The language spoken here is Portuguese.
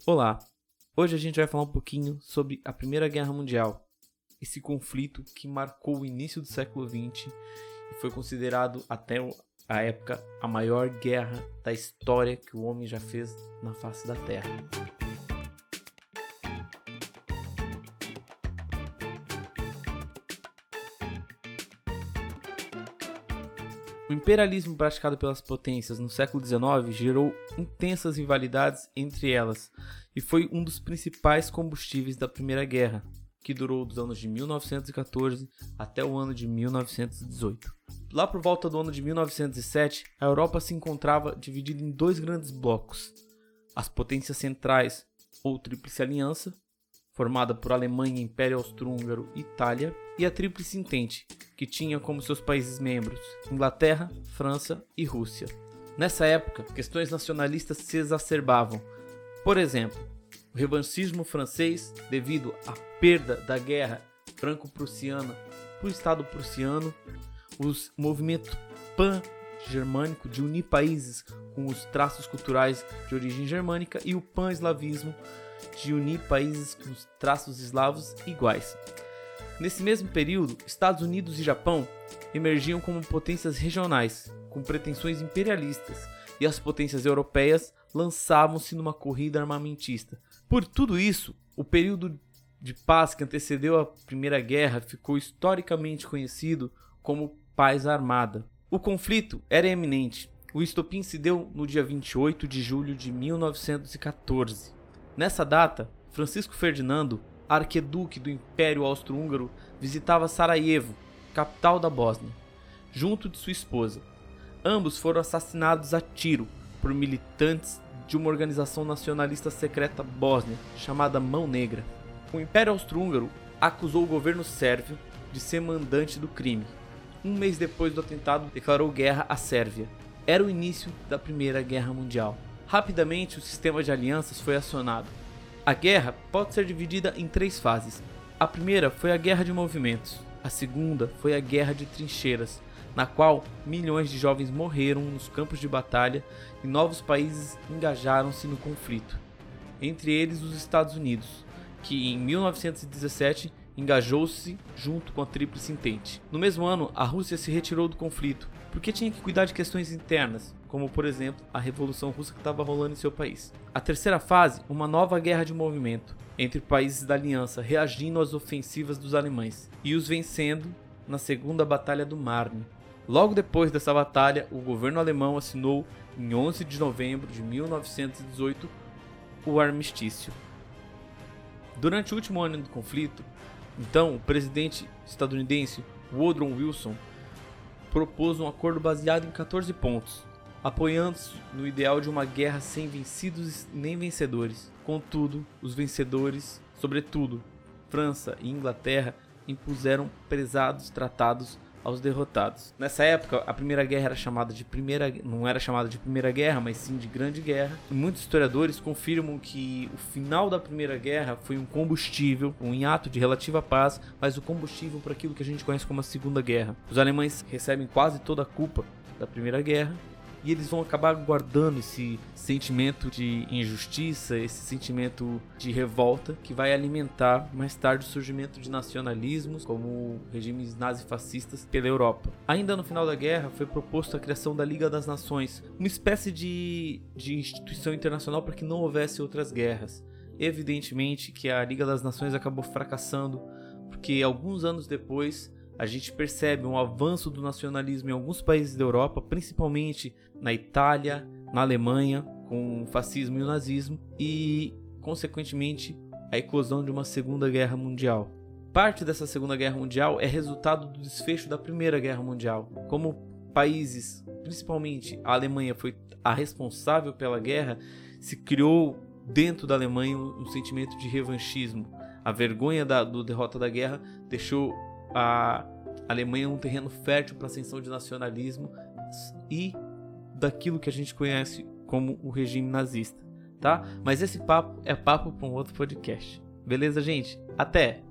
Olá, hoje a gente vai falar um pouquinho sobre a Primeira Guerra Mundial, esse conflito que marcou o início do século XX e foi considerado até a época a maior guerra da história que o homem já fez na face da Terra. O imperialismo praticado pelas potências no século XIX gerou intensas rivalidades entre elas e foi um dos principais combustíveis da Primeira Guerra, que durou dos anos de 1914 até o ano de 1918. Lá por volta do ano de 1907, a Europa se encontrava dividida em dois grandes blocos: as potências centrais, ou Tríplice Aliança, formada por Alemanha, Império Austro-Húngaro e Itália, e a Tríplice Entente, que tinha como seus países membros Inglaterra, França e Rússia. Nessa época, questões nacionalistas se exacerbavam. Por exemplo, o revanchismo francês, devido à perda da guerra franco-prussiana para o Estado prussiano, o movimento pan-germânico de unir países com os traços culturais de origem germânica e o pan-eslavismo de unir países com os traços eslavos iguais. Nesse mesmo período, Estados Unidos e Japão emergiam como potências regionais, com pretensões imperialistas, e as potências europeias lançavam-se numa corrida armamentista. Por tudo isso, o período de paz que antecedeu a Primeira Guerra ficou historicamente conhecido como Paz Armada. O conflito era iminente. O estopim se deu no dia 28 de julho de 1914. Nessa data, Francisco Ferdinando, arqueduque do Império Austro-Húngaro, visitava Sarajevo, capital da Bósnia, junto de sua esposa. Ambos foram assassinados a tiro por militantes de uma organização nacionalista secreta bósnia chamada Mão Negra. O Império Austro-Húngaro acusou o governo sérvio de ser mandante do crime. Um mês depois do atentado, declarou guerra à Sérvia. Era o início da Primeira Guerra Mundial. Rapidamente, o sistema de alianças foi acionado. A guerra pode ser dividida em três fases. A primeira foi a Guerra de Movimentos. A segunda foi a Guerra de Trincheiras, na qual milhões de jovens morreram nos campos de batalha e novos países engajaram-se no conflito. Entre eles os Estados Unidos, que em 1917 engajou-se junto com a Tríplice Entente. No mesmo ano, a Rússia se retirou do conflito, porque tinha que cuidar de questões internas, como por exemplo a Revolução Russa que estava rolando em seu país. A terceira fase, uma nova guerra de movimento entre países da aliança reagindo às ofensivas dos alemães e os vencendo na Segunda Batalha do Marne. Logo depois dessa batalha, o governo alemão assinou em 11 de novembro de 1918 o armistício. Durante o último ano do conflito, então, o presidente estadunidense Woodrow Wilson propôs um acordo baseado em 14 pontos, apoiando-se no ideal de uma guerra sem vencidos nem vencedores. Contudo, os vencedores, sobretudo França e Inglaterra, impuseram pesados tratados aos derrotados. Nessa época, a Primeira Guerra não era chamada de Primeira Guerra, mas sim de Grande Guerra. E muitos historiadores confirmam que o final da Primeira Guerra foi um combustível, um hiato de relativa paz, mas o combustível para aquilo que a gente conhece como a Segunda Guerra. Os alemães recebem quase toda a culpa da Primeira Guerra, e eles vão acabar guardando esse sentimento de injustiça, esse sentimento de revolta, que vai alimentar mais tarde o surgimento de nacionalismos, como regimes nazifascistas pela Europa. Ainda no final da guerra, foi proposto a criação da Liga das Nações, uma espécie de instituição internacional para que não houvesse outras guerras. Evidentemente que a Liga das Nações acabou fracassando, porque alguns anos depois a gente percebe um avanço do nacionalismo em alguns países da Europa, principalmente na Itália, na Alemanha, com o fascismo e o nazismo, e, consequentemente, a eclosão de uma Segunda Guerra Mundial. Parte dessa Segunda Guerra Mundial é resultado do desfecho da Primeira Guerra Mundial. Como países, principalmente a Alemanha, foi a responsável pela guerra, se criou dentro da Alemanha um sentimento de revanchismo. A vergonha da derrota da guerra deixou a Alemanha um terreno fértil para a ascensão de nacionalismo e daquilo que a gente conhece como o regime nazista, tá? Mas esse papo é papo para um outro podcast. Beleza, gente? Até!